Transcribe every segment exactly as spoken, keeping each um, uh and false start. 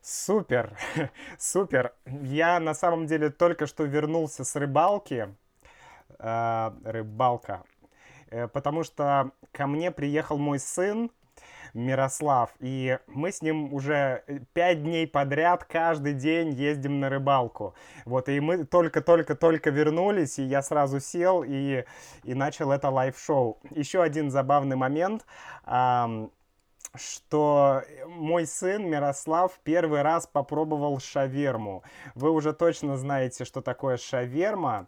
Супер, супер. Я на самом деле только что вернулся с рыбалки. э, рыбалка. Э, потому что ко мне приехал мой сын Мирослав, и мы с ним уже пять дней подряд каждый день ездим на рыбалку. Вот, и мы только-только-только вернулись, и я сразу сел и, и начал это лайв-шоу. Еще один забавный момент. ам, что мой сын Мирослав первый раз попробовал шаверму. Вы уже точно знаете, что такое шаверма.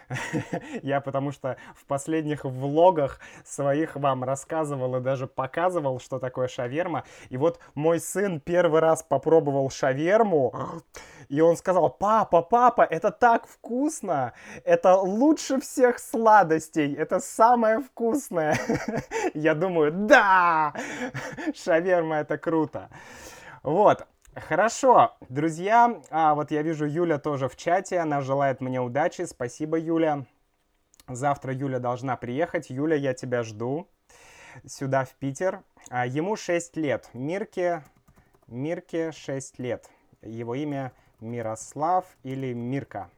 Я потому что в последних влогах своих вам рассказывал и даже показывал, что такое шаверма. И вот мой сын первый раз попробовал шаверму, и он сказал: папа, папа, это так вкусно! Это лучше всех сладостей! Это самое вкусное! Я думаю, да! Шаверма это круто! Вот. Хорошо, друзья, а вот я вижу, Юля тоже в чате, она желает мне удачи, спасибо, Юля. Завтра Юля должна приехать. Юля, я тебя жду сюда, в Питер. А, ему шесть лет, Мирке, Мирке шесть лет. Его имя Мирослав или Мирка.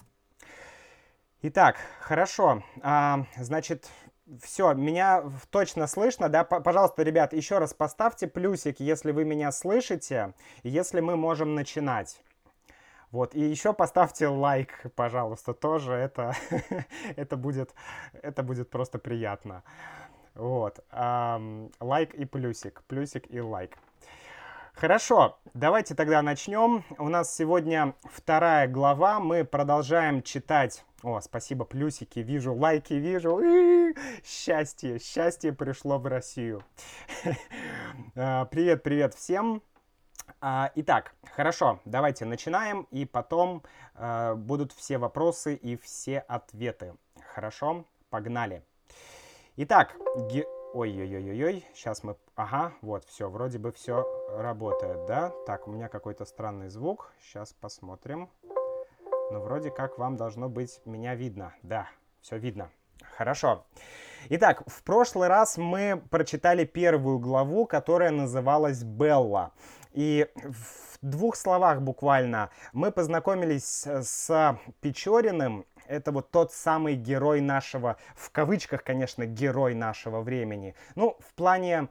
Итак, хорошо, а, значит... Все, меня точно слышно, да? Пожалуйста, ребят, еще раз поставьте плюсик, если вы меня слышите, если мы можем начинать. Вот, и еще поставьте лайк, пожалуйста, тоже, это, это, будет, это будет просто приятно. Вот, эм, лайк и плюсик, плюсик и лайк. Хорошо, давайте тогда начнем. У нас сегодня вторая глава, мы продолжаем читать... О, спасибо, плюсики, вижу, лайки вижу. И-и-и, счастье, счастье пришло в Россию. Привет, привет всем. Итак, хорошо, давайте начинаем, и потом будут все вопросы и все ответы. Хорошо, погнали. Итак, ге... Ой-ой-ой-ой, сейчас мы... Ага, вот, все, вроде бы все работает, да? Так, у меня какой-то странный звук, сейчас посмотрим. Но вроде как вам должно быть меня видно. Да, все видно. Хорошо. Итак, в прошлый раз мы прочитали первую главу, которая называлась «Белла». И в двух словах буквально мы познакомились с Печориным. Это вот тот самый герой нашего, в кавычках, конечно, герой нашего времени. Ну, в плане,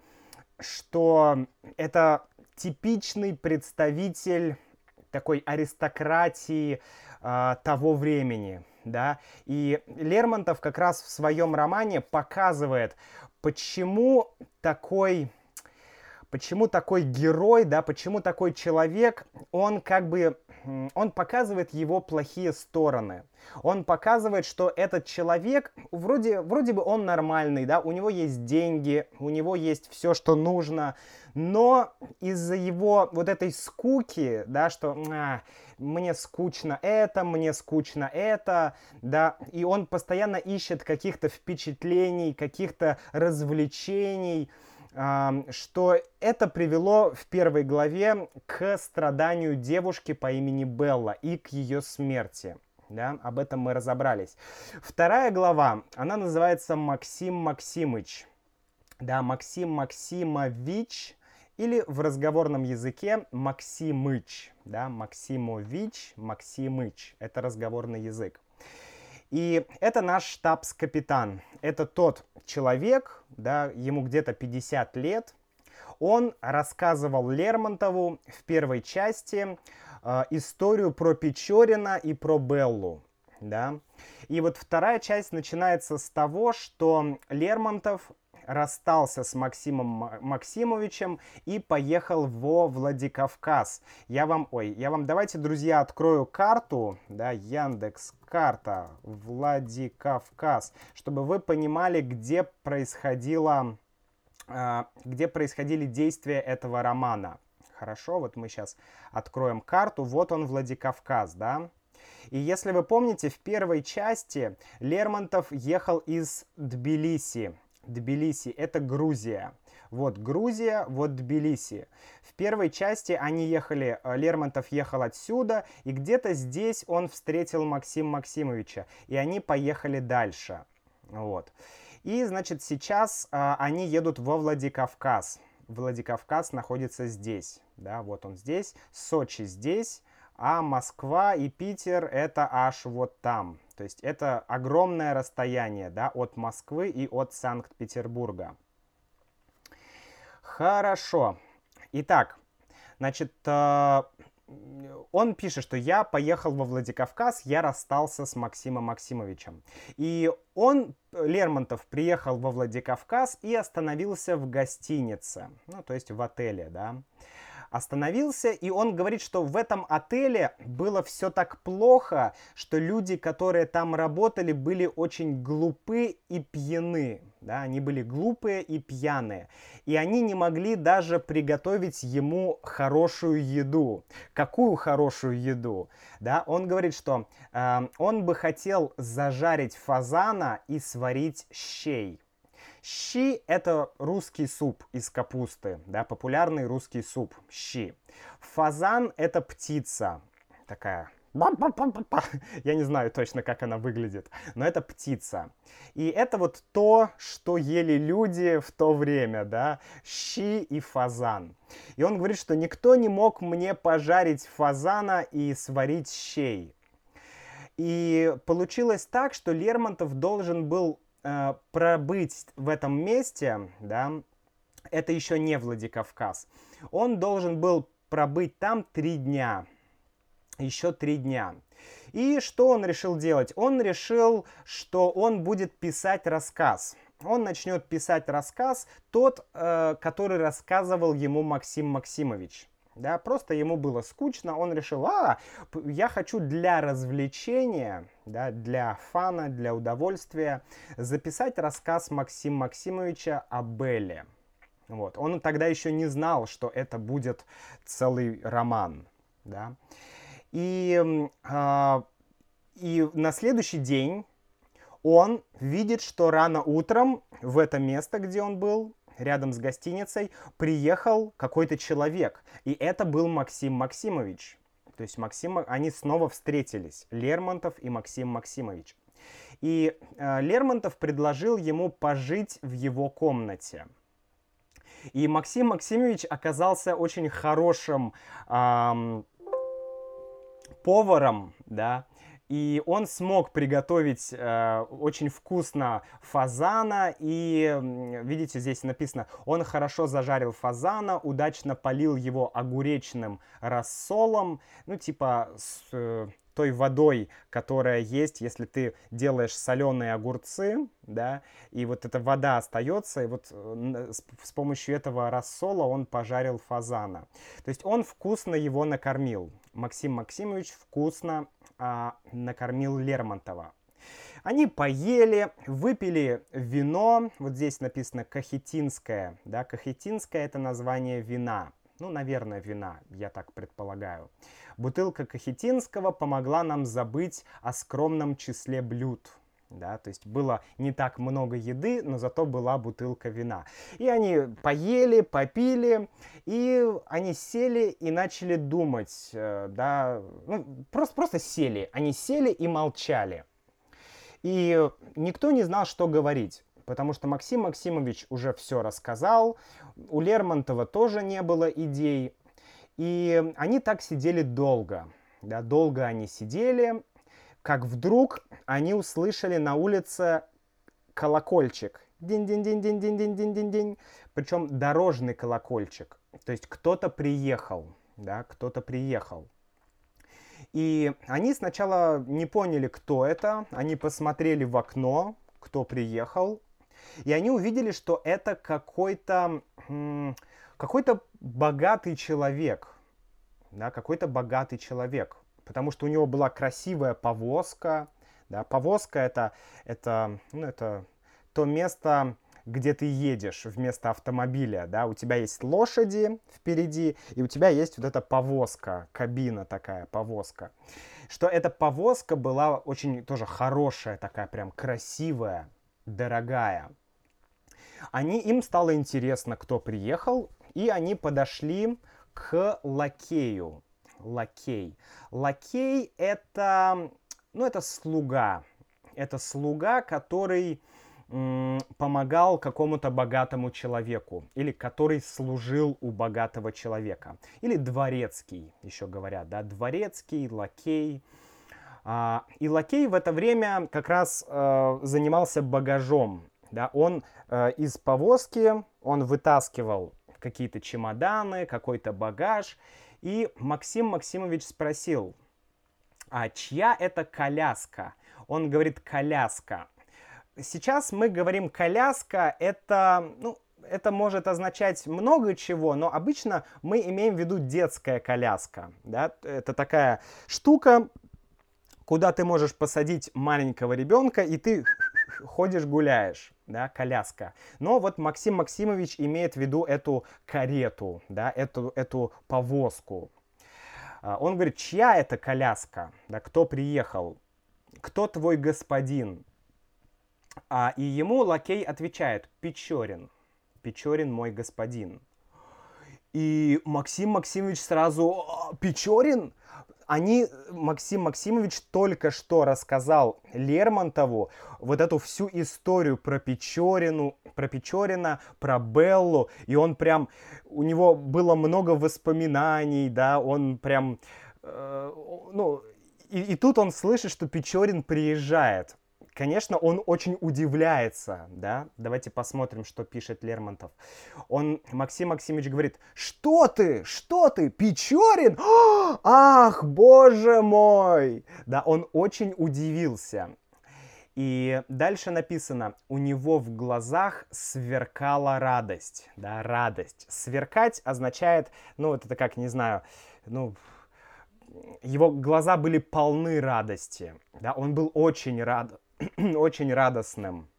что это типичный представитель такой аристократии э, того времени, да, и Лермонтов как раз в своем романе показывает, почему такой, почему такой герой, да, почему такой человек, он как бы, он показывает его плохие стороны. Он показывает, что этот человек, вроде, вроде бы он нормальный, да, у него есть деньги, у него есть все, что нужно, но из-за его вот этой скуки, да, что а, мне скучно это, мне скучно это, да, и он постоянно ищет каких-то впечатлений, каких-то развлечений, что это привело в первой главе к страданию девушки по имени Белла и к ее смерти. Да, об этом мы разобрались. Вторая глава, она называется «Максим Максимыч». Да, Максим Максимович, или в разговорном языке Максимыч. Да, Максимович, Максимыч. Это разговорный язык. И это наш штабс-капитан. Это тот человек, да, ему где-то пятьдесят лет. Он рассказывал Лермонтову в первой части э, историю про Печорина и про Беллу. Да? И вот вторая часть начинается с того, что Лермонтов расстался с Максимом Максимовичем и поехал во Владикавказ. Я вам, ой, я вам давайте, друзья, открою карту, да, Яндекс карта Владикавказ, чтобы вы понимали, где происходило, э, где происходили действия этого романа. Хорошо, вот мы сейчас откроем карту, вот он Владикавказ, да. И если вы помните, в первой части Лермонтов ехал из Тбилиси. Тбилиси — это Грузия. Вот Грузия, вот Тбилиси. В первой части они ехали, Лермонтов ехал отсюда, и где-то здесь он встретил Максима Максимовича, и они поехали дальше. Вот. И, значит, сейчас а, они едут во Владикавказ. Владикавказ находится здесь. Да, вот он здесь, Сочи здесь, а Москва и Питер это аж вот там. То есть это огромное расстояние, да, от Москвы и от Санкт-Петербурга. Хорошо. Итак, значит, он пишет, что я поехал во Владикавказ, я расстался с Максимом Максимовичем. И он, Лермонтов, приехал во Владикавказ и остановился в гостинице, ну, то есть в отеле, да. Остановился, и он говорит, что в этом отеле было все так плохо, что люди, которые там работали, были очень глупы и пьяны. Да, они были глупые и пьяные. И они не могли даже приготовить ему хорошую еду. Какую хорошую еду? Да, он говорит, что э, он бы хотел зажарить фазана и сварить щей. Щи – это русский суп из капусты, да, популярный русский суп, щи. Фазан – это птица, такая, я не знаю точно, как она выглядит, но это птица. И это вот то, что ели люди в то время, да, щи и фазан. И он говорит, что никто не мог мне пожарить фазана и сварить щей. И получилось так, что Лермонтов должен был пробыть в этом месте, да, это еще не Владикавказ, он должен был пробыть там три дня, еще три дня. И что он решил делать? Он решил, что он будет писать рассказ. Он начнет писать рассказ, тот, э, который рассказывал ему Максим Максимович. Да, просто ему было скучно, он решил, а, я хочу для развлечения, да, для фана, для удовольствия записать рассказ Максима Максимовича о Белле. Вот. Он тогда еще не знал, что это будет целый роман. Да. И, э, и на следующий день он видит, что рано утром в это место, где он был, рядом с гостиницей, приехал какой-то человек. И это был Максим Максимович. То есть Максим, они снова встретились, Лермонтов и Максим Максимович. И э, Лермонтов предложил ему пожить в его комнате. И Максим Максимович оказался очень хорошим э, поваром, да, и он смог приготовить э, очень вкусно фазана. И, видите, здесь написано, он хорошо зажарил фазана, удачно полил его огуречным рассолом. Ну, типа с э, той водой, которая есть, если ты делаешь соленые огурцы, да, и вот эта вода остается, и вот э, с, с помощью этого рассола он пожарил фазана. То есть он вкусно его накормил. Максим Максимович вкусно а, накормил Лермонтова. Они поели, выпили вино. Вот здесь написано кахетинское. Да? Кахетинское — это название вина. Ну, наверное, вина, я так предполагаю. Бутылка кахетинского помогла нам забыть о скромном числе блюд. Да, то есть было не так много еды, но зато была бутылка вина. И они поели, попили, и они сели и начали думать, да, ну, просто, просто сели. Они сели и молчали. И никто не знал, что говорить, потому что Максим Максимович уже все рассказал, у Лермонтова тоже не было идей. И они так сидели долго, да, долго они сидели, как вдруг они услышали на улице колокольчик. Динь-динь-динь-динь-динь-динь-динь-динь. Причем дорожный колокольчик. То есть кто-то приехал, да, кто-то приехал. И они сначала не поняли, кто это. Они посмотрели в окно, кто приехал. И они увидели, что это какой-то, какой-то богатый человек. Да, какой-то богатый человек. Потому что у него была красивая повозка. Да, повозка это, это, ну, это то место, где ты едешь вместо автомобиля. Да? У тебя есть лошади впереди, и у тебя есть вот эта повозка, кабина такая, повозка. Что эта повозка была очень тоже хорошая, такая прям красивая, дорогая. Они, им стало интересно, кто приехал, и они подошли к лакею. Лакей. Лакей это, ну, это слуга. Это слуга, который м, помогал какому-то богатому человеку, или который служил у богатого человека, или дворецкий, еще говорят, да, дворецкий, лакей. А, и лакей в это время как раз э, занимался багажом, да, он э, из повозки, он вытаскивал какие-то чемоданы, какой-то багаж, и Максим Максимович спросил: а чья это коляска? Он говорит: коляска. Сейчас мы говорим коляска, это, ну, это может означать много чего, но обычно мы имеем в виду детская коляска. Да? Это такая штука, куда ты можешь посадить маленького ребенка, и ты ходишь, гуляешь, да, коляска. Но вот Максим Максимович имеет в виду эту карету, да, эту, эту повозку. Он говорит: чья это коляска? Да, кто приехал? Кто твой господин? А, и ему лакей отвечает: Печорин. Печорин мой господин. И Максим Максимович сразу: Печорин? Они, Максим Максимович только что рассказал Лермонтову вот эту всю историю про Печорину, про Печорина, про Беллу, и он прям, у него было много воспоминаний, да, он прям, э, ну, и, и тут он слышит, что Печорин приезжает. Конечно, он очень удивляется, да, давайте посмотрим, что пишет Лермонтов. Он, Максим Максимович говорит: что ты, что ты, Печорин? Ах, боже мой! Да, он очень удивился. И дальше написано: у него в глазах сверкала радость, да, радость. Сверкать означает, ну, это как, не знаю, ну, его глаза были полны радости, да, он был очень рад, очень радостным.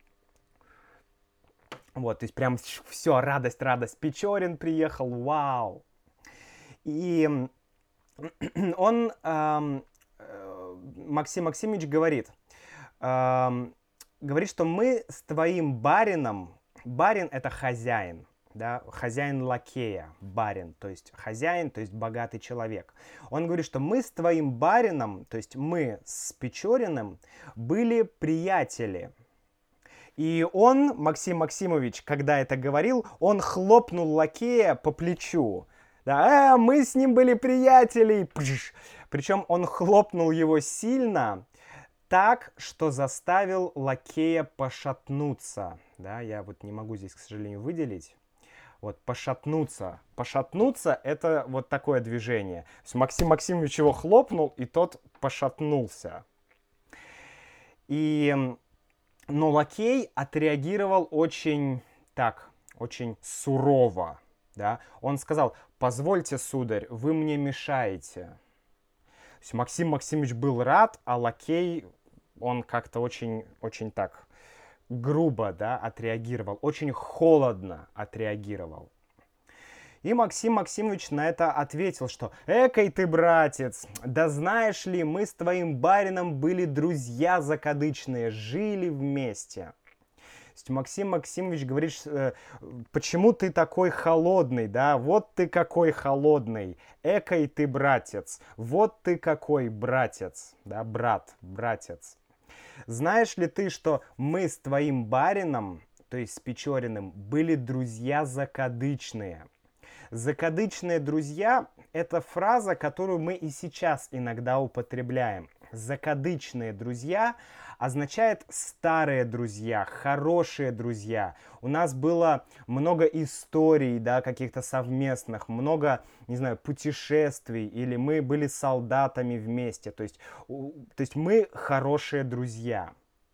Вот, то есть прям все, радость, радость. Печорин приехал, вау. И он, эм, Максим Максимович говорит, эм, говорит, что мы с твоим барином, барин это хозяин, да, хозяин лакея, барин, то есть хозяин, то есть богатый человек. Он говорит, что мы с твоим барином, то есть мы с Печориным, были приятели. И он, Максим Максимович, когда это говорил, он хлопнул лакея по плечу. Да, а, мы с ним были приятели. Причем он хлопнул его сильно, так, что заставил лакея пошатнуться. Да, я вот не могу здесь, к сожалению, выделить. Вот, пошатнуться. Пошатнуться — это вот такое движение. То есть Максим Максимович его хлопнул, и тот пошатнулся. И, но лакей отреагировал очень так, очень сурово. Да? Он сказал: позвольте, сударь, вы мне мешаете. То есть Максим Максимович был рад, а лакей, он как-то очень, очень так грубо, да, отреагировал, очень холодно отреагировал. И Максим Максимович на это ответил, что: «Экой ты, братец, да знаешь ли, мы с твоим барином были друзья закадычные, жили вместе». То есть Максим Максимович говорит: почему ты такой холодный, да, вот ты какой холодный, экой ты, братец, вот ты какой братец, да, брат, братец. Знаешь ли ты, что мы с твоим барином, то есть с Печориным, были друзья закадычные? Закадычные друзья – это фраза, которую мы и сейчас иногда употребляем. Закадычные друзья означает старые друзья, хорошие друзья. У нас было много историй, да, каких-то совместных, много, не знаю, путешествий, или мы были солдатами вместе. То есть, у, то есть мы хорошие друзья.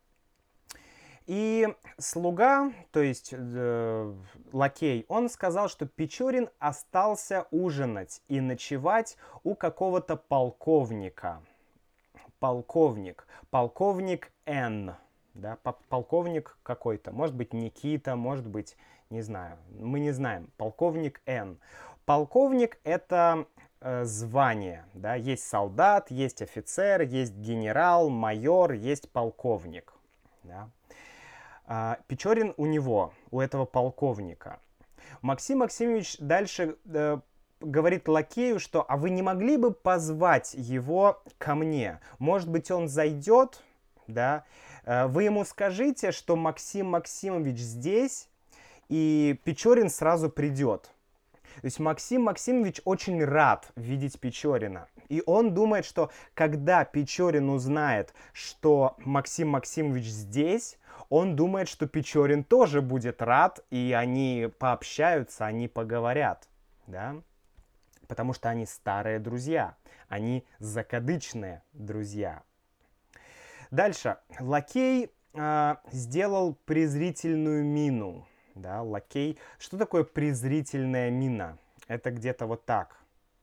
И слуга, то есть э, лакей, он сказал, что Печорин остался ужинать и ночевать у какого-то полковника. Полковник. Полковник Н. Да, полковник какой-то. Может быть, Никита, может быть, не знаю. Мы не знаем. Полковник Н. Полковник — это э, звание. Да? Есть солдат, есть офицер, есть генерал, майор, есть полковник. Да? А, Печорин у него, у этого полковника. Максим Максимович дальше э, говорит лакею, что: а вы не могли бы позвать его ко мне? Может быть, он зайдет, да, э, вы ему скажите, что Максим Максимович здесь, и Печорин сразу придет. То есть Максим Максимович очень рад видеть Печорина. И он думает, что когда Печорин узнает, что Максим Максимович здесь, он думает, что Печорин тоже будет рад, и они пообщаются, они поговорят, да? Потому что они старые друзья, они закадычные друзья. Дальше. Лакей э, сделал презрительную мину. Да, лакей. Что такое презрительная мина? Это где-то вот так.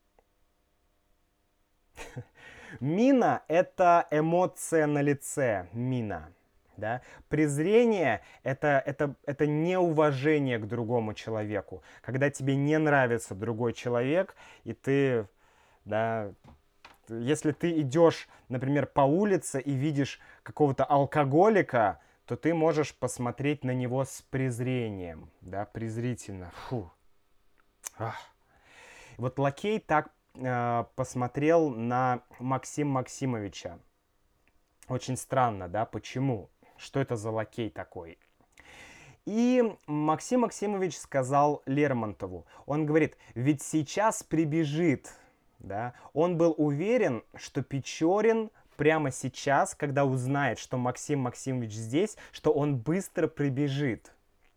Мина — это эмоция на лице. Мина. Да? Презрение — это, это, это неуважение к другому человеку. Когда тебе не нравится другой человек, и ты, да, если ты идешь, например, по улице и видишь какого-то алкоголика, то ты можешь посмотреть на него с презрением, да, презрительно. Фу. Ах. Вот лакей так э, посмотрел на Максима Максимовича. Очень странно, да, почему? Что это за лакей такой? И Максим Максимович сказал Лермонтову, он говорит, ведь сейчас прибежит, да, он был уверен, что Печорин прямо сейчас, когда узнает, что Максим Максимович здесь, что он быстро прибежит.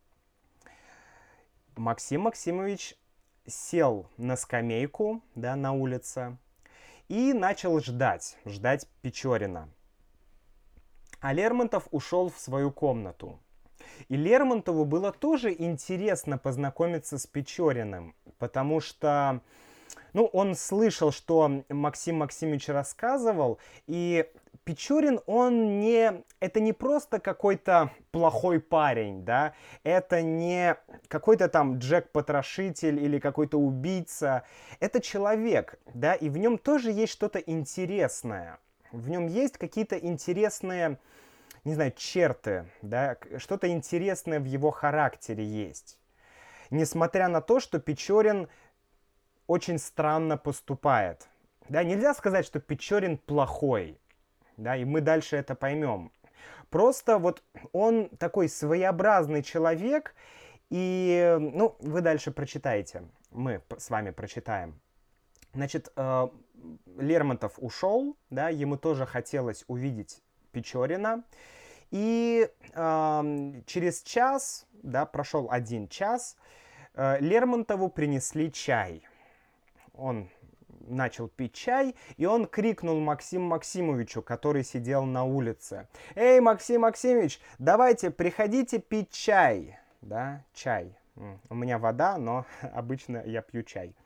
Максим Максимович сел на скамейку, да, на улице и начал ждать, ждать Печорина. А Лермонтов ушел в свою комнату. И Лермонтову было тоже интересно познакомиться с Печориным, потому что, ну, он слышал, что Максим Максимович рассказывал, и Печорин, он не, это не просто какой-то плохой парень, да, это не какой-то там Джек-потрошитель или какой-то убийца, это человек, да, и в нем тоже есть что-то интересное, в нем есть какие-то интересные, не знаю, черты, да, что-то интересное в его характере есть. Несмотря на то, что Печорин очень странно поступает. Да, нельзя сказать, что Печорин плохой, да, и мы дальше это поймем. Просто вот он такой своеобразный человек, и, ну, вы дальше прочитаете, мы с вами прочитаем. Значит, э, Лермонтов ушел, да, ему тоже хотелось увидеть Печорина, и э, через час, да, прошел один час, э, Лермонтову принесли чай. Он начал пить чай, и он крикнул Максиму Максимовичу, который сидел на улице. «Эй, Максим Максимович, давайте, приходите пить чай!» Да, чай. У меня вода, но обычно я пью чай.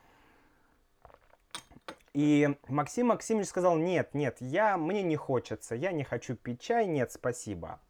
И Максим Максимович сказал, нет, нет, я, мне не хочется, я не хочу пить чай, нет, спасибо.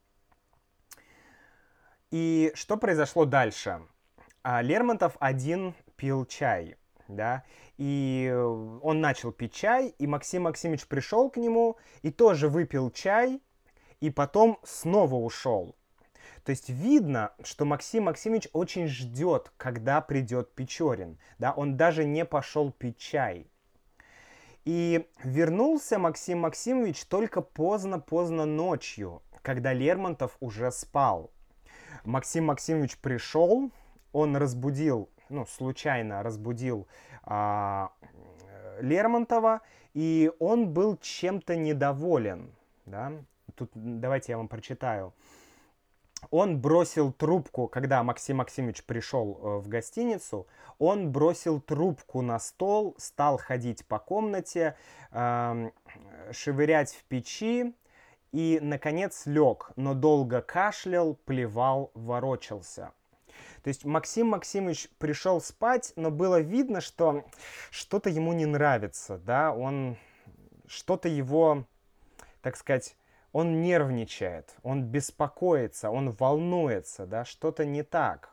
И что произошло дальше? А Лермонтов один пил чай, да, и он начал пить чай, и Максим Максимович пришел к нему и тоже выпил чай, и потом снова ушел. То есть видно, что Максим Максимович очень ждет, когда придет Печорин, да, он даже не пошел пить чай. И вернулся Максим Максимович только поздно-поздно ночью, когда Лермонтов уже спал. Максим Максимович пришел, он разбудил, ну, случайно разбудил а, Лермонтова, и он был чем-то недоволен. Да? Тут давайте я вам прочитаю. Он бросил трубку, когда Максим Максимович пришел в гостиницу, он бросил трубку на стол, стал ходить по комнате, э, шевырять в печи и, наконец, лег, но долго кашлял, плевал, ворочался. То есть Максим Максимович пришел спать, но было видно, что что-то ему не нравится, да, он, что-то его, так сказать, он нервничает, он беспокоится, он волнуется, да, что-то не так.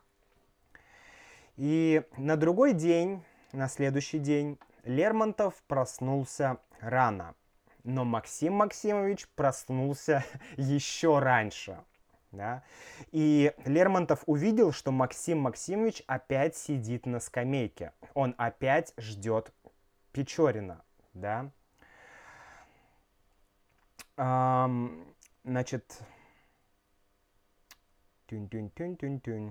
И на другой день, на следующий день, Лермонтов проснулся рано. Но Максим Максимович проснулся еще раньше. Да? И Лермонтов увидел, что Максим Максимович опять сидит на скамейке. Он опять ждет Печорина. Да? значит, тюнь-тюнь-тюнь-тюнь-тюнь.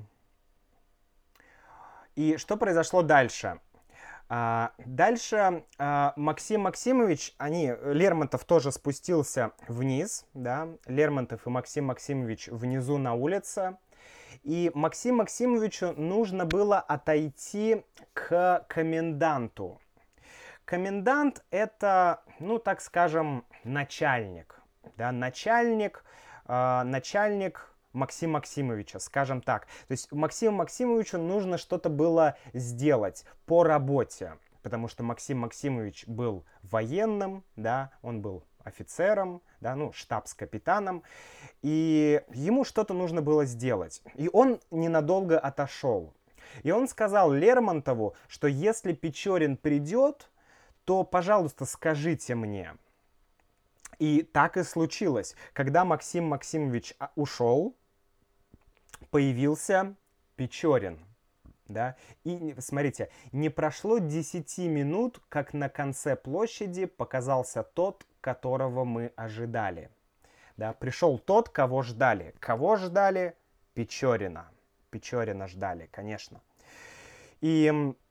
И что произошло дальше? А, дальше а, Максим Максимович, они, Лермонтов тоже спустился вниз, да, Лермонтов и Максим Максимович внизу на улице, и Максиму Максимовичу нужно было отойти к коменданту. Комендант — это, ну, так скажем, начальник, да, начальник, э, начальник Максима Максимовича, скажем так. То есть Максиму Максимовичу нужно что-то было сделать по работе, потому что Максим Максимович был военным, да, он был офицером, да, ну, штабс-капитаном, и ему что-то нужно было сделать. И он ненадолго отошел. И он сказал Лермонтову, что если Печорин придет, то, пожалуйста, скажите мне. И так и случилось. Когда Максим Максимович ушел, появился Печорин. Да? И смотрите, не прошло десяти минут, как на конце площади показался тот, которого мы ожидали. Да? Пришел тот, кого ждали. Кого ждали? Печорина. Печорина ждали, конечно. И,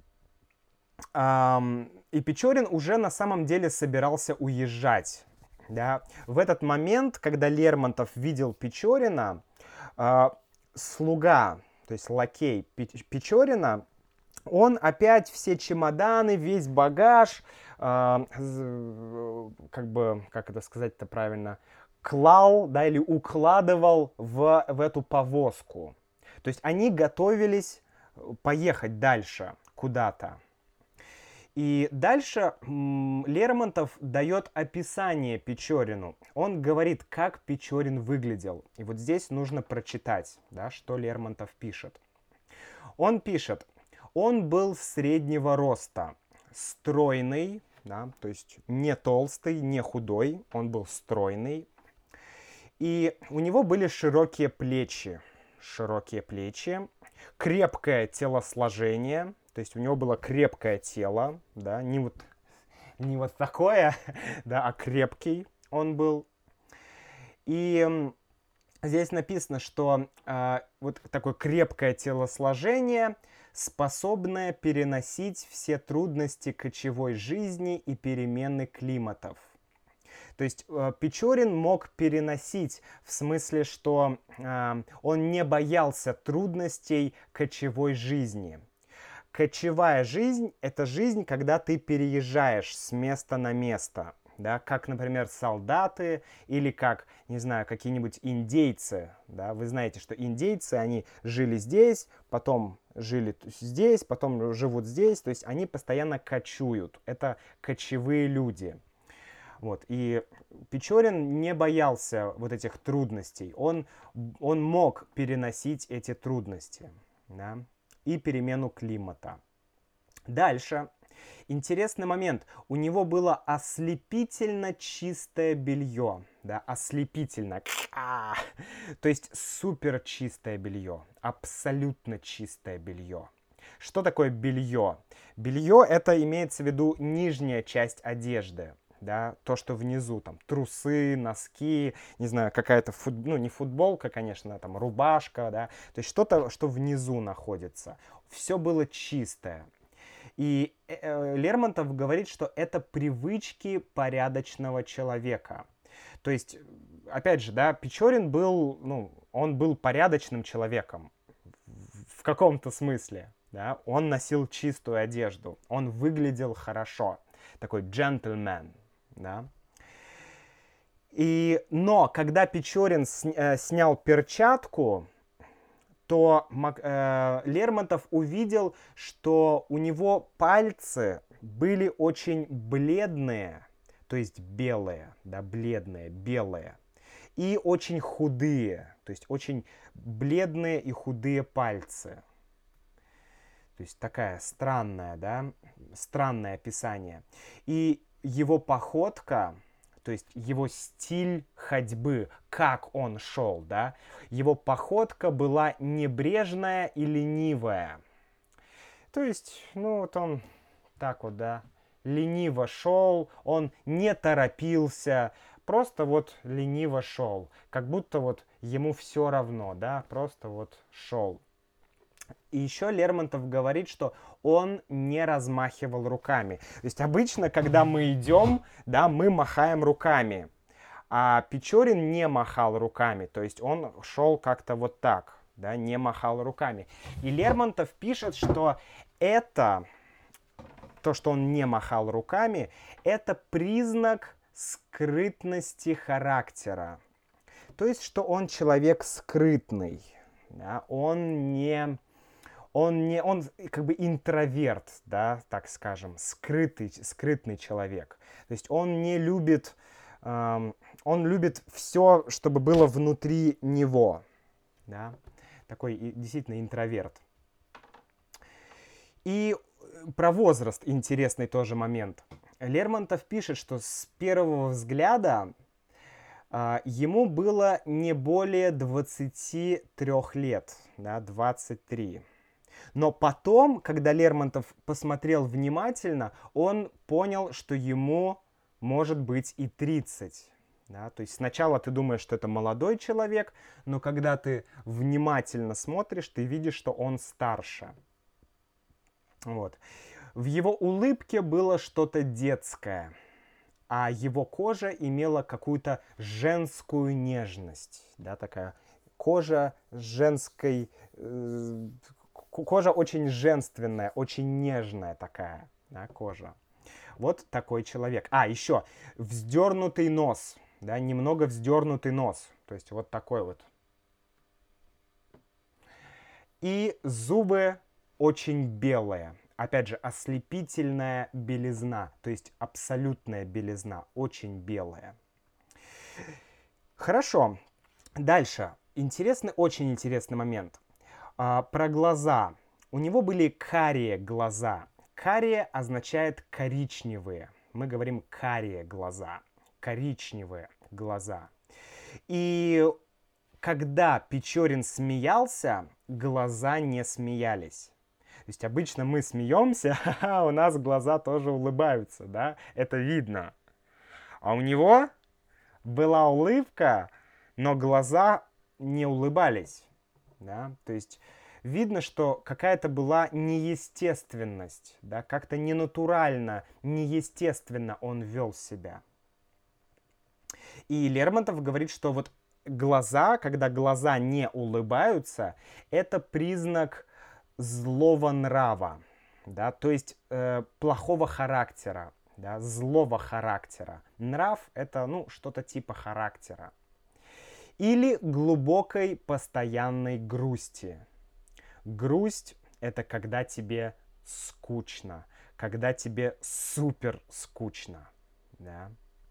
эм, и Печорин уже на самом деле собирался уезжать. Да? В этот момент, когда Лермонтов видел Печорина, э, слуга, то есть лакей Печорина, он опять все чемоданы, весь багаж, э, как бы, как это сказать-то правильно, клал, да, или укладывал в, в эту повозку. То есть они готовились поехать дальше куда-то. И дальше м, Лермонтов дает описание Печорину. Он говорит, как Печорин выглядел. И вот здесь нужно прочитать, да, что Лермонтов пишет. Он пишет, он был среднего роста, стройный, да, то есть не толстый, не худой, он был стройный. И у него были широкие плечи, широкие плечи, крепкое телосложение. То есть у него было крепкое тело, да, не вот, не вот такое, да, а крепкий он был. И здесь написано, что э, вот такое крепкое телосложение, способное переносить все трудности кочевой жизни и перемены климатов. То есть э, Печорин мог переносить в смысле, что э, он не боялся трудностей кочевой жизни. Кочевая жизнь — это жизнь, когда ты переезжаешь с места на место, да, как, например, солдаты или как, не знаю, какие-нибудь индейцы, да, вы знаете, что индейцы, они жили здесь, потом жили здесь, потом живут здесь, то есть они постоянно кочуют, это кочевые люди. Вот. И Печорин не боялся вот этих трудностей, он, он мог переносить эти трудности, да, и перемену климата. Дальше. Интересный момент. У него было ослепительно чистое белье. Да, ослепительно. А-а-а. То есть супер чистое белье. Абсолютно чистое белье. Что такое белье? Белье — это имеется в виду нижняя часть одежды. Да, то, что внизу, там, трусы, носки, не знаю, какая-то, фут... ну, не футболка, конечно, там, рубашка, да, то есть что-то, что внизу находится. Все было чистое. И э, Лермонтов говорит, что это привычки порядочного человека. То есть, опять же, да, Печорин был, ну, он был порядочным человеком в каком-то смысле, да, он носил чистую одежду, он выглядел хорошо, такой джентльмен. Да. И, но когда Печорин с, э, снял перчатку, то э, Лермонтов увидел, что у него пальцы были очень бледные, то есть белые, да, бледные, белые, и очень худые, то есть очень бледные и худые пальцы. То есть такая странная, да, странное описание. И его походка, то есть его стиль ходьбы, как он шел, да, его походка была небрежная и ленивая. То есть, ну вот он так вот, да, лениво шел, он не торопился, просто вот лениво шел, как будто вот ему все равно, да, просто вот шел. И еще Лермонтов говорит, что он не размахивал руками. То есть обычно, когда мы идем, да, мы махаем руками. А Печорин не махал руками. То есть он шел как-то вот так, да, не махал руками. И Лермонтов пишет, что это, то, что он не махал руками, это признак скрытности характера. То есть, что он человек скрытный. Да, он не... Он не, он как бы интроверт, да, так скажем, скрытый, скрытный человек. То есть он не любит, эм, он любит все, чтобы было внутри него, да, такой действительно интроверт. И про возраст интересный тоже момент. Лермонтов пишет, что с первого взгляда э, ему было не более двадцати трёх лет, да, двадцать три. Но потом, когда Лермонтов посмотрел внимательно, он понял, что ему может быть и тридцать. Да? То есть сначала ты думаешь, что это молодой человек, но когда ты внимательно смотришь, ты видишь, что он старше. Вот. В его улыбке было что-то детское, а его кожа имела какую-то женскую нежность. Да? Такая кожа женской... Э- Кожа очень женственная, очень нежная такая, да, кожа. Вот такой человек. А, еще вздернутый нос, да, немного вздернутый нос. То есть вот такой вот. И зубы очень белые. Опять же, ослепительная белизна, то есть абсолютная белизна, очень белая. Хорошо. Дальше. Интересный, очень интересный момент. А, про глаза. У него были карие глаза. Карие означает коричневые. Мы говорим карие глаза. Коричневые глаза. И когда Печорин смеялся, глаза не смеялись. То есть обычно мы смеемся, а у нас глаза тоже улыбаются, да? Это видно. А у него была улыбка, но глаза не улыбались. Да? То есть видно, что какая-то была неестественность, да? Как-то ненатурально, неестественно он вел себя. И Лермонтов говорит, что вот глаза, когда глаза не улыбаются, это признак злого нрава, да? То есть э, плохого характера, да? Злого характера. Нрав — это, ну, что-то типа характера. Или глубокой постоянной грусти. Грусть — это когда тебе скучно, когда тебе супер скучно. Да?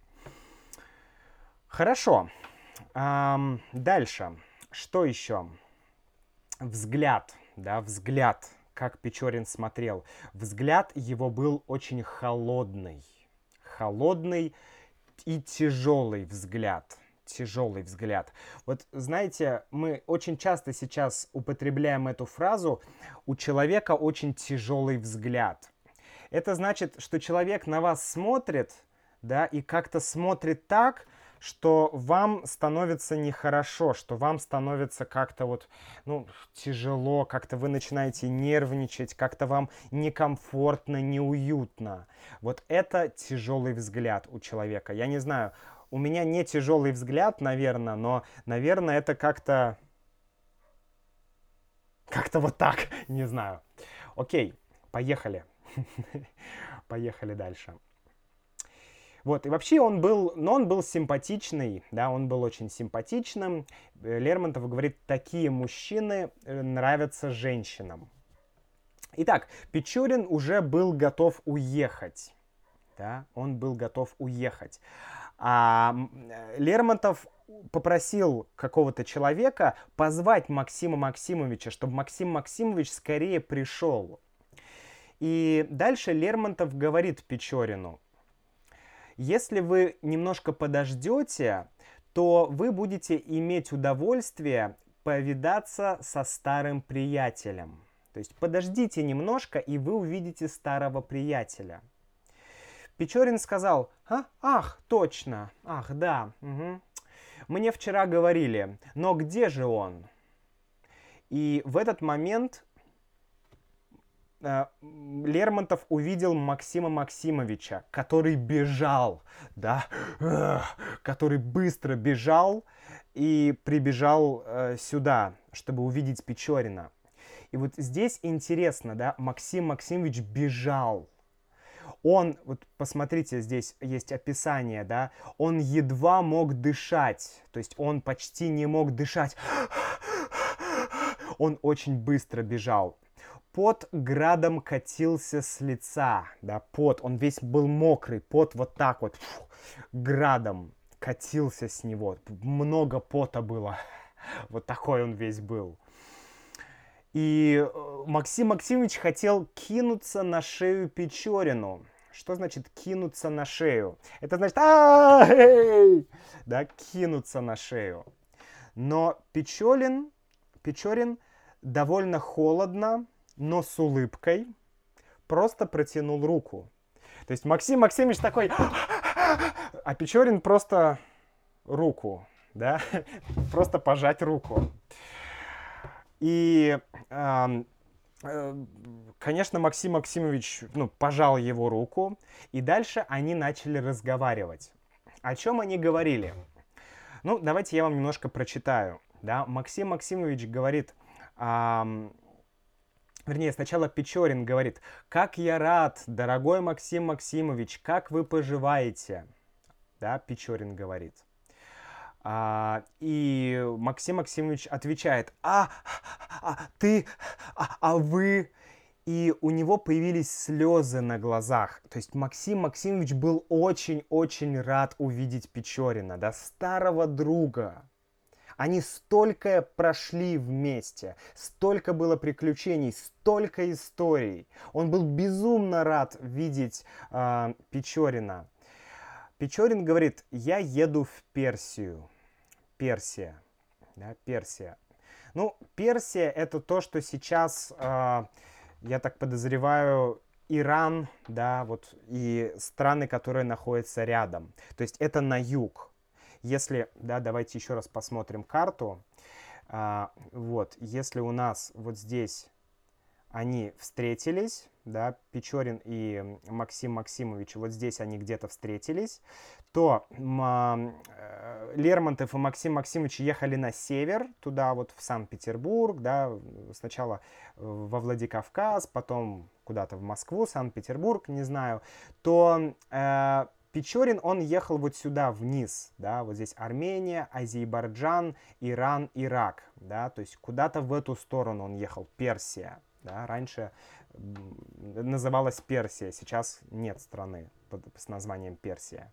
Хорошо. Эм, дальше. Что еще? Взгляд. Да, взгляд. Как Печорин смотрел. Взгляд его был очень холодный. Холодный и тяжелый взгляд. Тяжелый взгляд. Вот знаете, мы очень часто сейчас употребляем эту фразу: у человека очень тяжелый взгляд. Это значит, что человек на вас смотрит, да, и как-то смотрит так, что вам становится нехорошо, что вам становится как-то вот, ну, тяжело, как-то вы начинаете нервничать, как-то вам некомфортно, неуютно. Вот это тяжелый взгляд у человека. Я не знаю, у меня не тяжелый взгляд, наверное, но, наверное, это как-то... Как-то вот так, не знаю. Окей, поехали. Поехали дальше. Вот, и вообще он был, но он был симпатичный, да, он был очень симпатичным. Лермонтов говорит, такие мужчины нравятся женщинам. Итак, Печорин уже был готов уехать, да, он был готов уехать. А Лермонтов попросил какого-то человека позвать Максима Максимовича, чтобы Максим Максимович скорее пришел. И дальше Лермонтов говорит Печорину: если вы немножко подождете, то вы будете иметь удовольствие повидаться со старым приятелем. То есть подождите немножко, и вы увидите старого приятеля. Печорин сказал: а? Ах, точно, ах, да, угу. Мне вчера говорили, но где же он? И в этот момент Лермонтов увидел Максима Максимовича, который бежал, да, который быстро бежал и прибежал э, сюда, чтобы увидеть Печорина. И вот здесь интересно, да, Максим Максимович бежал. Он, вот посмотрите, здесь есть описание, да, он едва мог дышать, то есть он почти не мог дышать. Он очень быстро бежал. Пот градом катился с лица, да, пот, он весь был мокрый, пот вот так вот фу, градом катился с него, много пота было, вот такой он весь был. И Максим Максимович хотел кинуться на шею Печорину. Что значит кинуться на шею? Это значит, ай! Да, кинуться на шею. Но Печорин, Печорин довольно холодно, но с улыбкой просто протянул руку. То есть Максим Максимович такой, а Печорин просто руку, да, просто пожать руку. И, э, э, конечно, Максим Максимович, ну, пожал его руку, и дальше они начали разговаривать. О чем они говорили? Ну, давайте я вам немножко прочитаю. Да? Максим Максимович говорит, э, вернее, сначала Печорин говорит: «Как я рад, дорогой Максим Максимович, как вы поживаете?» Да, Печорин говорит. А, и Максим Максимович отвечает: а, а ты, а, а вы? И у него появились слезы на глазах. То есть Максим Максимович был очень-очень рад увидеть Печорина, да, старого друга. Они столько прошли вместе, столько было приключений, столько историй. Он был безумно рад видеть э, Печорина. Печорин говорит: я еду в Персию. Персия. Да, Персия. Ну, Персия это то, что сейчас, э, я так подозреваю, Иран, да, вот, и страны, которые находятся рядом. То есть это на юг. Если, да, давайте еще раз посмотрим карту. А, вот, если у нас вот здесь они встретились, да, Печорин и Максим Максимович, вот здесь они где-то встретились, то м, э, Лермонтов и Максим Максимович ехали на север, туда вот в Санкт-Петербург, да, сначала во Владикавказ, потом куда-то в Москву, Санкт-Петербург, не знаю, то э, Печорин, он ехал вот сюда вниз, да, вот здесь Армения, Азербайджан, Иран, Ирак, да, то есть куда-то в эту сторону он ехал, Персия. Да, раньше называлась Персия, сейчас нет страны под, с названием Персия.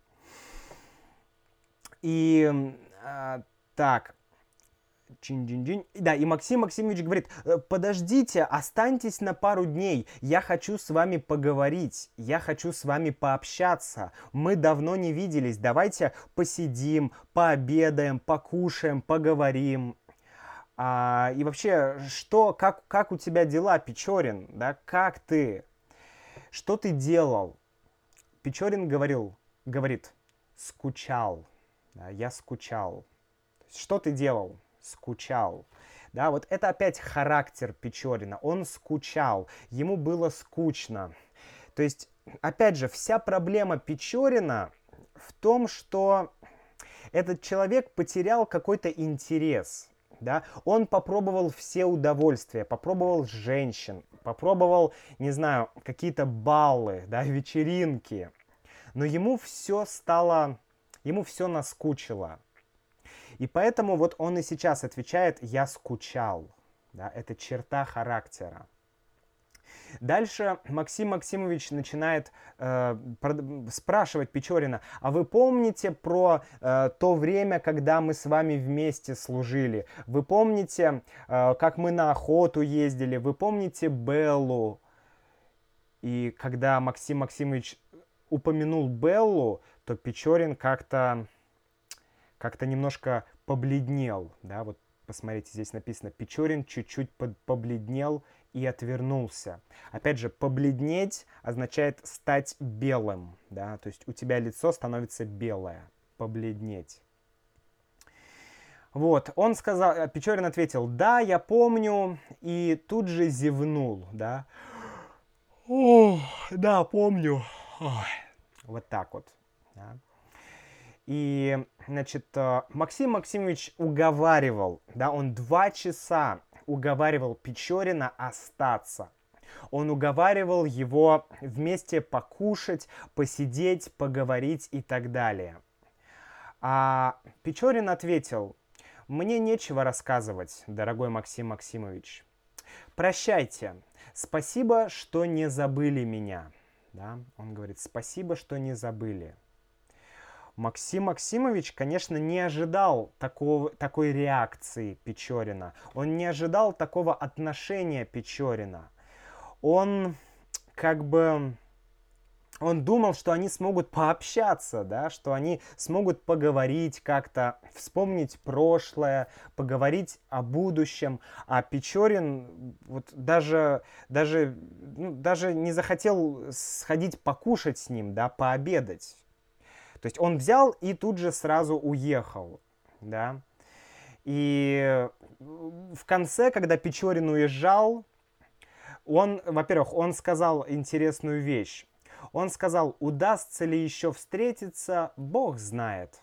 И э, так, чин-чин-чин. Да, и Максим Максимович говорит: подождите, останьтесь на пару дней, я хочу с вами поговорить, я хочу с вами пообщаться, мы давно не виделись, давайте посидим, пообедаем, покушаем, поговорим. А, и вообще, что, как, как у тебя дела, Печорин, да, как ты, что ты делал? Печорин говорил, говорит, скучал, да, я скучал. Что ты делал? Скучал. Да, вот это опять характер Печорина, он скучал, ему было скучно. То есть, опять же, вся проблема Печорина в том, что этот человек потерял какой-то интерес. Да? Он попробовал все удовольствия, попробовал женщин, попробовал, не знаю, какие-то баллы, да, вечеринки. Но ему все стало, ему все наскучило. И поэтому вот он и сейчас отвечает: я скучал. Да? Это черта характера. Дальше Максим Максимович начинает э, спрашивать Печорина: а вы помните про э, то время, когда мы с вами вместе служили? Вы помните, э, как мы на охоту ездили? Вы помните Беллу? И когда Максим Максимович упомянул Беллу, то Печорин как-то как-то немножко побледнел. Да? Вот посмотрите, здесь написано: Печорин чуть-чуть побледнел и отвернулся. Опять же, побледнеть означает стать белым, да, то есть у тебя лицо становится белое, побледнеть. Вот, он сказал, Печорин ответил: да, я помню, и тут же зевнул, да. О, да, помню. Ой. Вот так вот, да. И, значит, Максим Максимович уговаривал, да, он два часа уговаривал Печорина остаться. Он уговаривал его вместе покушать, посидеть, поговорить и так далее. А Печорин ответил: мне нечего рассказывать, дорогой Максим Максимович. Прощайте. Спасибо, что не забыли меня. Да? Он говорит: спасибо, что не забыли. Максим Максимович, конечно, не ожидал такого, такой реакции Печорина. Он не ожидал такого отношения Печорина. Он как бы... Он думал, что они смогут пообщаться, да, что они смогут поговорить как-то, вспомнить прошлое, поговорить о будущем. А Печорин вот даже, даже, ну, даже не захотел сходить покушать с ним, да, пообедать. То есть он взял и тут же сразу уехал, да. И в конце, когда Печорин уезжал, он, во-первых, он сказал интересную вещь. Он сказал: удастся ли еще встретиться, Бог знает.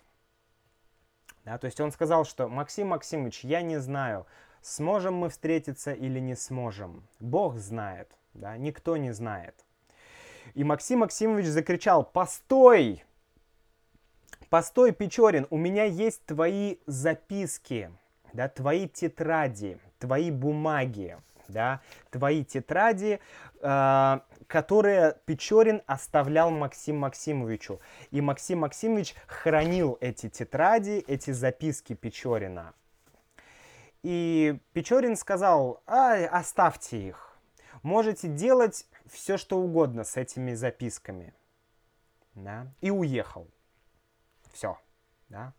Да, то есть он сказал, что: Максим Максимович, я не знаю, сможем мы встретиться или не сможем. Бог знает, да, никто не знает. И Максим Максимович закричал: постой! Постой, Печорин, у меня есть твои записки, да, твои тетради, твои бумаги, да, твои тетради, э, которые Печорин оставлял Максиму Максимовичу. И Максим Максимович хранил эти тетради, эти записки Печорина. И Печорин сказал: а, оставьте их, можете делать все, что угодно с этими записками. Да? И уехал. Все, да.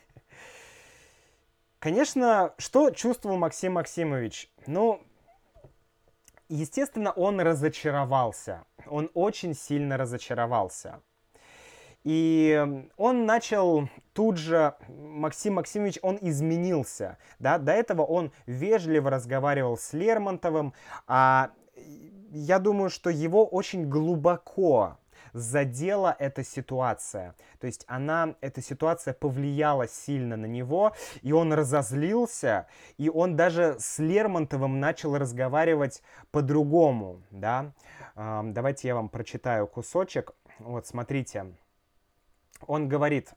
Конечно, что чувствовал Максим Максимович? Ну, естественно, он разочаровался. Он очень сильно разочаровался. И он начал тут же, Максим Максимович, он изменился. Да? До этого он вежливо разговаривал с Лермонтовым, а я думаю, что его очень глубоко задела эта ситуация. То есть она, эта ситуация повлияла сильно на него, и он разозлился, и он даже с Лермонтовым начал разговаривать по-другому. Да? Давайте я вам прочитаю кусочек. Вот, смотрите. Он говорит: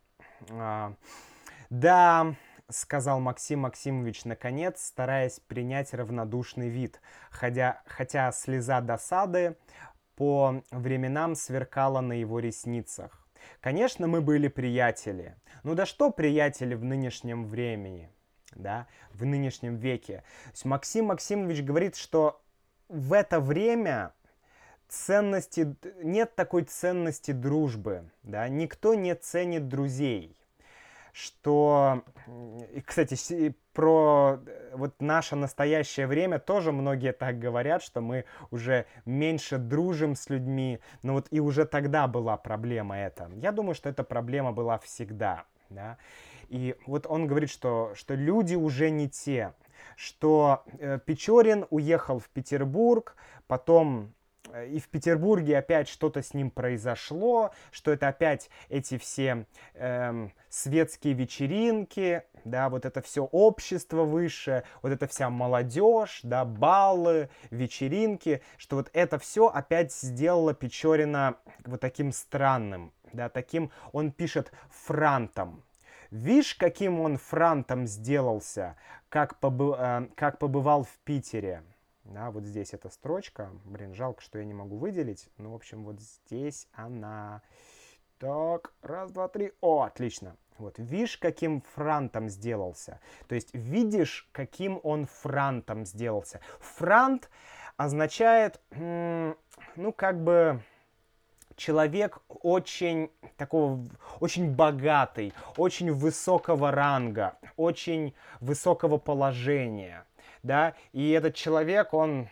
да, сказал Максим Максимович наконец, стараясь принять равнодушный вид, хотя, хотя слеза досады по временам сверкала на его ресницах. Конечно, мы были приятели. Ну да что приятели в нынешнем времени, да, в нынешнем веке. То есть Максим Максимович говорит, что в это время ценности, нет такой ценности дружбы, да, никто не ценит друзей. Что, и, кстати, про вот наше настоящее время тоже многие так говорят, что мы уже меньше дружим с людьми, но вот и уже тогда была проблема эта. Я думаю, что эта проблема была всегда, да. И вот он говорит, что, что люди уже не те, что э, Печорин уехал в Петербург, потом... И в Петербурге опять что-то с ним произошло, что это опять эти все эм, светские вечеринки, да, вот это все общество высшее, вот эта вся молодежь, да, баллы, вечеринки, что вот это все опять сделало Печорина вот таким странным, да, таким, он пишет, франтом. Вишь, каким он франтом сделался, как, побы, э, как побывал в Питере. Да, вот здесь эта строчка. Блин, жалко, что я не могу выделить. Ну, в общем, вот здесь она. Так, раз, два, три. О, отлично. Вот, видишь, каким франтом сделался. То есть, видишь, каким он франтом сделался. Франт означает, ну, как бы... Человек очень такого, очень богатый, очень высокого ранга, очень высокого положения. Да, и этот человек, он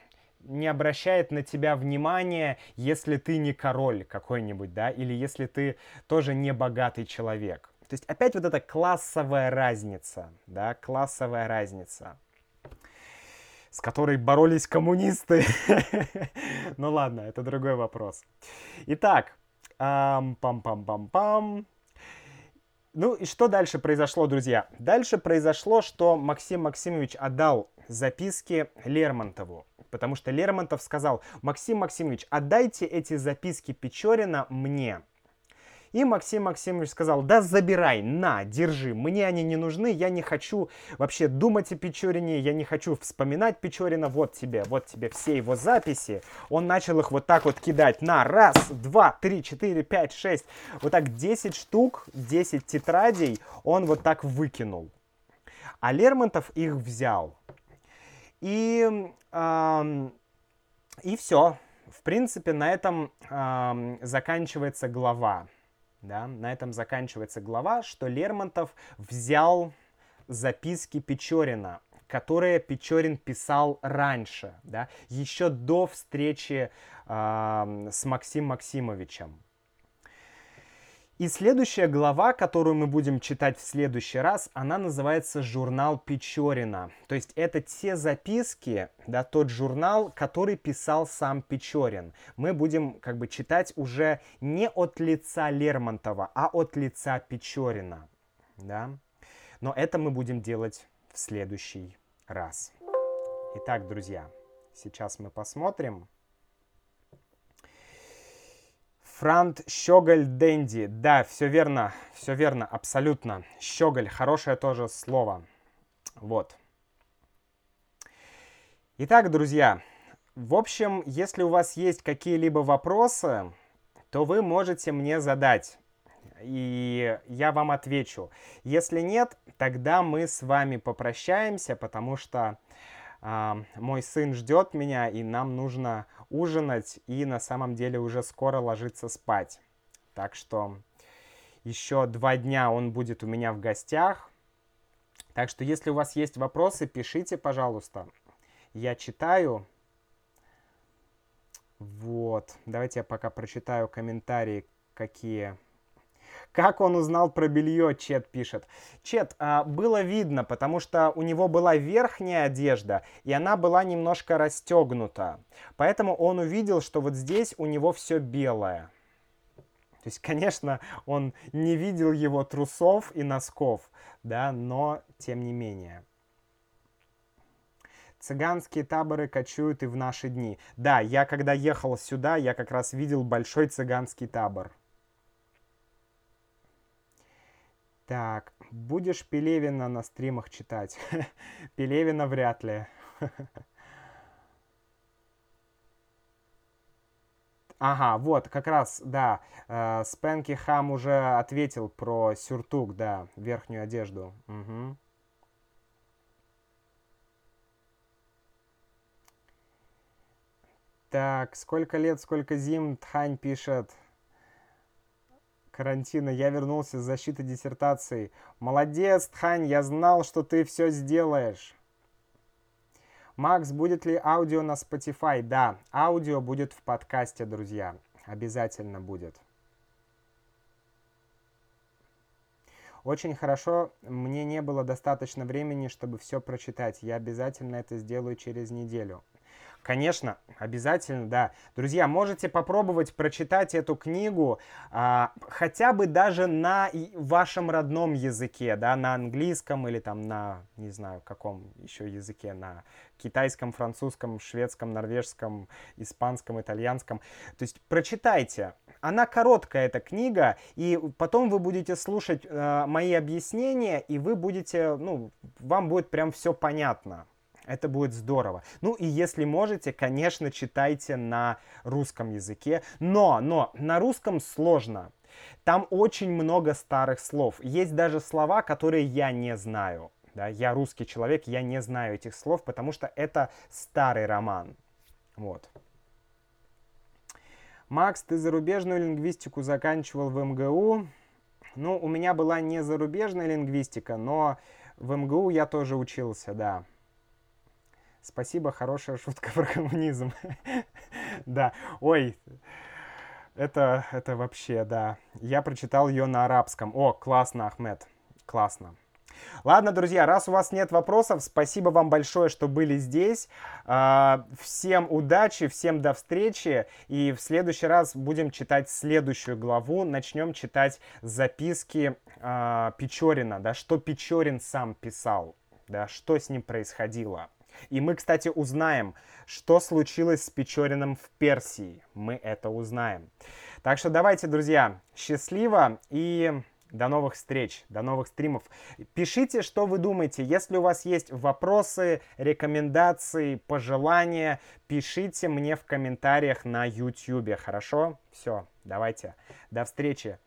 не обращает на тебя внимания, если ты не король какой-нибудь, да, или если ты тоже не богатый человек. То есть опять вот эта классовая разница, да, классовая разница, с которой боролись коммунисты. Ну ладно, это другой вопрос. Итак, пам-пам-пам-пам. Ну и что дальше произошло, друзья? Дальше произошло, что Максим Максимович отдал записки Лермонтову. Потому что Лермонтов сказал: Максим Максимович, отдайте эти записки Печорина мне. И Максим Максимович сказал: да забирай, на, держи, мне они не нужны, я не хочу вообще думать о Печорине, я не хочу вспоминать Печорина, вот тебе, вот тебе все его записи. Он начал их вот так вот кидать на раз, два, три, четыре, пять, шесть, вот так десять штук, десять тетрадей он вот так выкинул. А Лермонтов их взял. И, э, и все. В принципе, на этом э, заканчивается глава. Да, на этом заканчивается глава, что Лермонтов взял записки Печорина, которые Печорин писал раньше, да, еще до встречи э, с Максимом Максимовичем. И следующая глава, которую мы будем читать в следующий раз, она называется «Журнал Печорина». То есть это те записки, да, тот журнал, который писал сам Печорин. Мы будем как бы читать уже не от лица Лермонтова, а от лица Печорина. Да? Но это мы будем делать в следующий раз. Итак, друзья, сейчас мы посмотрим. Франт Щеголь Дэнди. Да, все верно, все верно, абсолютно. Щеголь, хорошее тоже слово. Вот. Итак, друзья, в общем, если у вас есть какие-либо вопросы, то вы можете мне задать, и я вам отвечу. Если нет, тогда мы с вами попрощаемся, потому что Uh, мой сын ждет меня, и нам нужно ужинать, и на самом деле уже скоро ложиться спать. Так что еще два дня он будет у меня в гостях. Так что если у вас есть вопросы, пишите, пожалуйста. Я читаю. Вот. Давайте я пока прочитаю комментарии, какие... Как он узнал про белье, Чет пишет. Чет, а, было видно, потому что у него была верхняя одежда, и она была немножко расстегнута. Поэтому он увидел, что вот здесь у него все белое. То есть, конечно, он не видел его трусов и носков, да, но тем не менее. Цыганские таборы кочуют и в наши дни. Да, я когда ехал сюда, я как раз видел большой цыганский табор. Так, будешь Пелевина на стримах читать? Пелевина вряд ли. Ага, вот, как раз, да, э, Спенки Хам уже ответил про сюртук, да, верхнюю одежду. Угу. Так, сколько лет, сколько зим, Тхань пишет. Карантина, я вернулся с защиты диссертации. Молодец, Тхань, я знал, что ты все сделаешь. Макс, будет ли аудио на Spotify? Да, аудио будет в подкасте, друзья. Обязательно будет. Очень хорошо, мне не было достаточно времени, чтобы все прочитать. Я обязательно это сделаю через неделю. Конечно, обязательно, да. Друзья, можете попробовать прочитать эту книгу а, хотя бы даже на вашем родном языке, да, на английском или там на, не знаю, каком еще языке, на китайском, французском, шведском, норвежском, испанском, итальянском. То есть прочитайте. Она короткая, эта книга, и потом вы будете слушать э, мои объяснения, и вы будете, ну, вам будет прям все понятно. Это будет здорово. Ну и если можете, конечно, читайте на русском языке. Но, но, на русском сложно. Там очень много старых слов. Есть даже слова, которые я не знаю. Да? Я русский человек, я не знаю этих слов, потому что это старый роман. Вот. Макс, ты зарубежную лингвистику заканчивал в эм гэ у? Ну, у меня была не зарубежная лингвистика, но в эм гэ у я тоже учился, да. Спасибо, хорошая шутка про коммунизм. Да, ой, это, это вообще, да. Я прочитал ее на арабском. О, классно, Ахмед, классно. Ладно, друзья, раз у вас нет вопросов, спасибо вам большое, что были здесь. Всем удачи, всем до встречи. И в следующий раз будем читать следующую главу. Начнем читать записки Печорина, да, что Печорин сам писал, да, что с ним происходило. И мы, кстати, узнаем, что случилось с Печориным в Персии. Мы это узнаем. Так что давайте, друзья, счастливо и... До новых встреч, до новых стримов. Пишите, что вы думаете. Если у вас есть вопросы, рекомендации, пожелания, пишите мне в комментариях на YouTube. Хорошо? Все, давайте. До встречи.